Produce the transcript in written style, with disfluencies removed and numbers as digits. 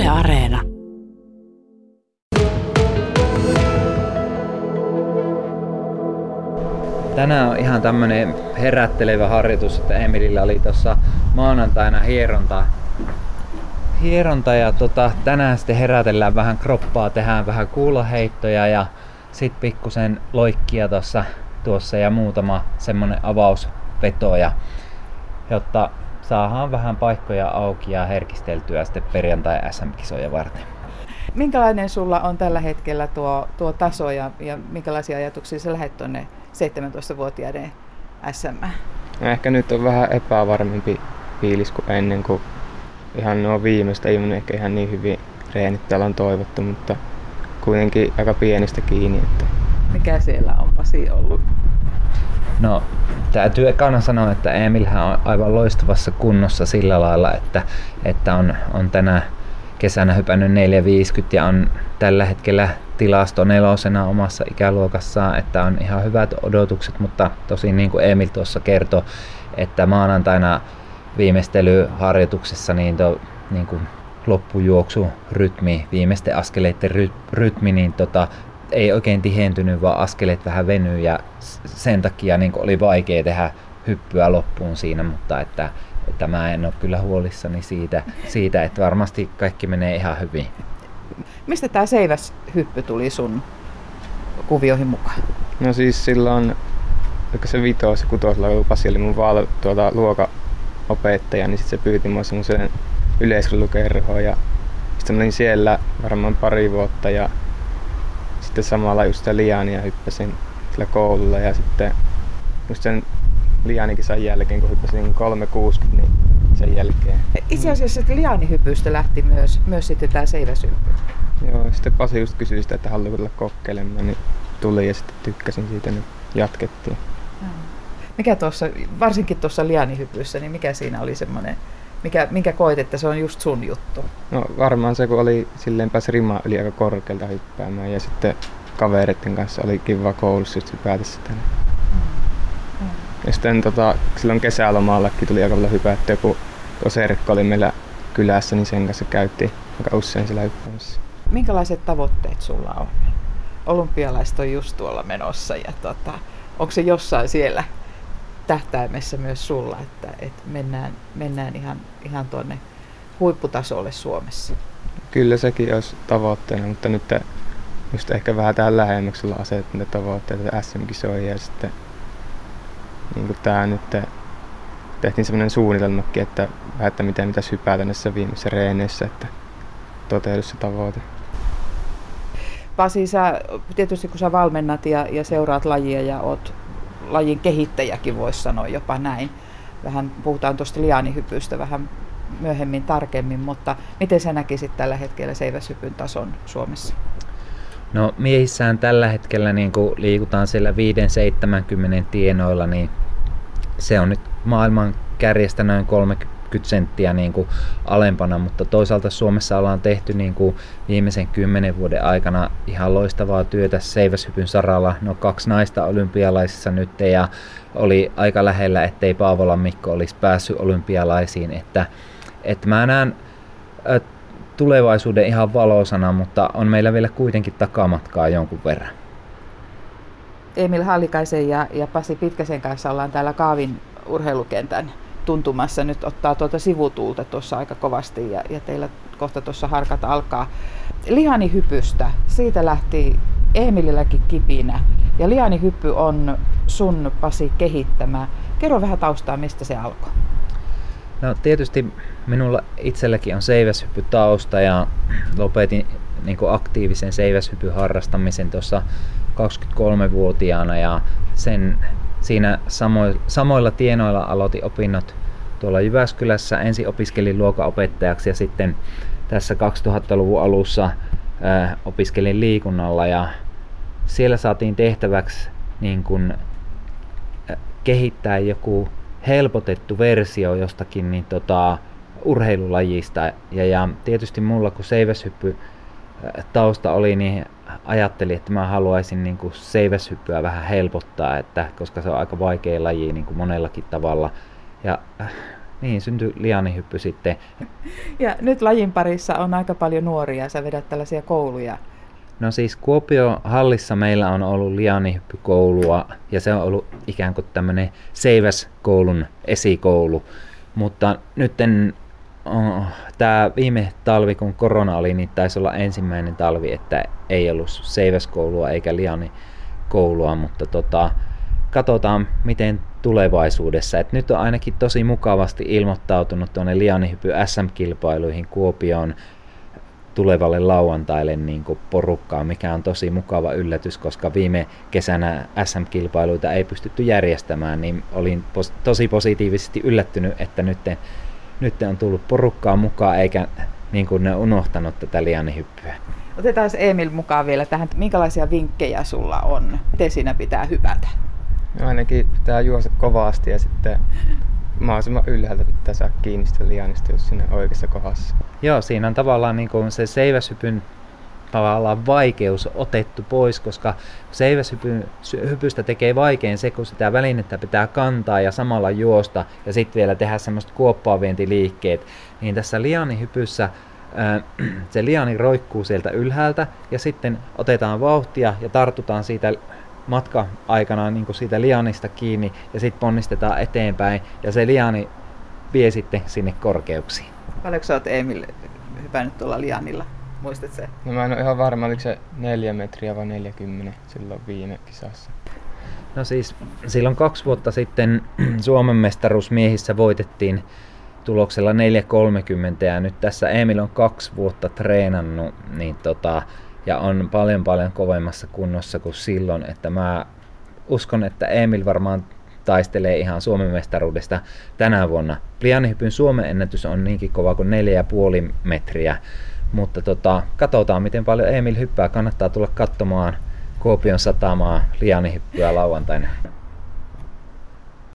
Yle Areena. Tänään on ihan tämmönen herättelevä harjoitus, että Emilillä oli tuossa maanantaina hieronta ja tänään sitten herätellään vähän kroppaa, tehdään vähän kuuloheittoja ja sit pikkusen loikkia tuossa ja muutama semmonen avausveto, jotta saadaan vähän paikkoja auki ja herkisteltyä sitten perjantai SM-kisoja varten. Minkälainen sulla on tällä hetkellä tuo taso ja minkälaisia ajatuksia sä lähdet tuonne 17-vuotiaiden SM? Ehkä nyt on vähän epävarmempi fiilis kuin ennen, kun ihan nuo viimeistä ei ole ehkä ihan niin hyvin reenit täällä on toivottu, mutta kuitenkin aika pienistä kiinni. Että... Mikä siellä on Pasi ollut? No, täytyy ekana sanoa, että Emilhän on aivan loistavassa kunnossa sillä lailla, että on tänä kesänä hypännyt 4.50 ja on tällä hetkellä tilasto 4. omassa ikäluokassaan, että on ihan hyvät odotukset, mutta tosin niin kuin Emil tuossa kertoi, että maanantaina viimeistelyharjoituksessa niin kuin loppujuoksurytmi, viimeisten askeleiden rytmi, niin ei oikein tihentynyt, vaan askeleet vähän venyy ja sen takia niin oli vaikea tehdä hyppyä loppuun siinä, mutta että mä en ole kyllä huolissani siitä, että varmasti kaikki menee ihan hyvin. Mistä tämä seiväshyppy tuli sun kuvioihin mukaan? No siis silloin, se 5. ja 6. kun Pasi oli mun luokaopettaja, niin sit se pyyti mua semmoiseen yleiskoulukerhoon ja sitten olin siellä varmaan pari vuotta ja sitten samalla just sitä liania hyppäsin sillä koululla ja sitten just sen lianikisan jälkeen, kun hyppäsin 3.60, niin sen jälkeen. Itse asiassa lianihypystä lähti myös sitten tämä seiväshyppy. Joo, sitten Pasi just kysyi sitä, että haluatko tulla kokeilemaan, niin tuli ja sitten tykkäsin siitä, niin jatkettiin. Mikä tuossa, varsinkin tuossa lianihypyssä, niin mikä siinä oli semmoinen, minkä koit, että se on just sun juttu? No varmaan se, kun oli silleen pääsi rimaa yli aika korkealta hyppäämään ja sitten kavereiden kanssa oli kiva koulussa just hypätä sitä. Ja sitten silloin kesälomallakin tuli aika paljon hypättyä, kun Serkko oli meillä kylässä, niin sen kanssa käytiin aika usein siellä hyppäämässä. Minkälaiset tavoitteet sulla on? Olympialaiset on just tuolla menossa ja onko se jossain siellä tähtäimessä myös sulla, että mennään ihan tuonne huipputasolle Suomessa? Kyllä sekin olisi tavoitteena, mutta nyt just ehkä vähän tähän lähemmäksi ollaan asetettu ne tavoitteita SM-kisoihin ja sitten niin kuin tää nyt tehtiin semmoinen suunnitelmakin, että miten pitäisi hypätä näissä viimeisissä reeneissä, että toteutuisi se tavoite. Pasi, sä, tietysti kun sä valmennat ja seuraat lajia ja oot lajin kehittäjäkin, voisi sanoa jopa näin. Vähän puhutaan tuosta lianihypystä vähän myöhemmin tarkemmin, mutta miten sä näkisit tällä hetkellä seiväshypyn tason Suomessa? No miehissään tällä hetkellä niin kun liikutaan siellä 5-70 tienoilla, niin se on nyt maailman kärjestä noin 30 senttiä niin kuin alempana, mutta toisaalta Suomessa ollaan tehty niin kuin viimeisen 10 vuoden aikana ihan loistavaa työtä seiväshypyn saralla. No 2 naista olympialaisissa nyt ja oli aika lähellä, ettei Paavolan Mikko olisi päässyt olympialaisiin, että mä näen tulevaisuuden ihan valoisana, mutta on meillä vielä kuitenkin takamatkaa jonkun verran. Emil Hallikaisen ja Pasi Pitkäsen kanssa ollaan täällä Kaavin urheilukentän tuntumassa. Nyt ottaa sivutuulta tuossa aika kovasti ja teillä kohta tuossa harkat alkaa. Lianihypystä, siitä lähti Emililläkin kipinä ja lianihyppy on sun, Pasi, kehittämä. Kerro vähän taustaa, mistä se alkoi. No tietysti minulla itselläkin on seiväshyppytausta ja lopetin niin kuin aktiivisen seiväshypyn harrastamisen tuossa 23-vuotiaana ja siinä samoilla tienoilla aloitin opinnot tuolla Jyväskylässä. Ensin opiskelin luokanopettajaksi ja sitten tässä 2000-luvun alussa opiskelin liikunnalla ja siellä saatiin tehtäväksi niin kuin, kehittää joku helpotettu versio jostakin niin urheilulajista ja tietysti mulla kun seiväshyppy tausta oli, niin ajattelin, että mä haluaisin niin kuin seiväshyppyä vähän helpottaa, koska se on aika vaikea laji niin kuin monellakin tavalla. Ja Niin, syntyi lianihyppy sitten. Ja nyt lajin parissa on aika paljon nuoria, sä vedät tällaisia kouluja. No siis Kuopion hallissa meillä on ollut lianihyppykoulua ja se on ollut ikään kuin tämmöinen Seiväskoulun esikoulu. Mutta nyt tämä viime talvi, kun korona oli, niin taisi olla ensimmäinen talvi, että ei ollut Seiväskoulua eikä lianikoulua, mutta katsotaan miten tulevaisuudessa. Et nyt on ainakin tosi mukavasti ilmoittautunut tuonne lianihyppy SM-kilpailuihin Kuopioon tulevalle lauantaille niin kuin porukkaa, mikä on tosi mukava yllätys, koska viime kesänä SM-kilpailuita ei pystytty järjestämään, niin olin tosi positiivisesti yllättynyt, että nyt on tullut porukkaa mukaan eikä niin kuin ne unohtanut tätä lianihyppyä. Otetaan Emil mukaan vielä tähän. Minkälaisia vinkkejä sulla on? Miten siinä pitää hypätä? No ainakin pitää juosta kovasti ja sitten mahdollisimman ylhäältä pitää saada kiinni sitä lianista, jos siinä oikeassa kohdassa. Joo, siinä on tavallaan niin kuin se seiväshypyn tavallaan vaikeus otettu pois, koska seiväshypystä tekee vaikein se, kun sitä välinettä pitää kantaa ja samalla juosta ja sitten vielä tehdä semmoista kuoppaavientiliikkeet. Niin tässä lianihypyssä se liani roikkuu sieltä ylhäältä ja sitten otetaan vauhtia ja tartutaan siitä matka-aikana niin kuin siitä lianista kiinni ja sitten ponnistetaan eteenpäin ja se liani vie sitten sinne korkeuksiin. Paljonko sä oot Emil hypännyt tuolla lianilla? Muistat se? No mä en ole ihan varma, oliko se 4 metriä vai 40 silloin viime kisassa. No siis silloin 2 vuotta sitten Suomen mestaruus miehissä voitettiin tuloksella 4.30 ja nyt tässä Emil on 2 vuotta treenannut niin ja on paljon kovemmassa kunnossa kuin silloin, että mä uskon, että Emil varmaan taistelee ihan Suomen mestaruudesta tänä vuonna. Lianihypyn Suomen ennätys on niinkin kova kuin 4,5 metriä, mutta katsotaan miten paljon Emil hyppää. Kannattaa tulla katsomaan Kuopion satamaa lianihyppyä lauantaina.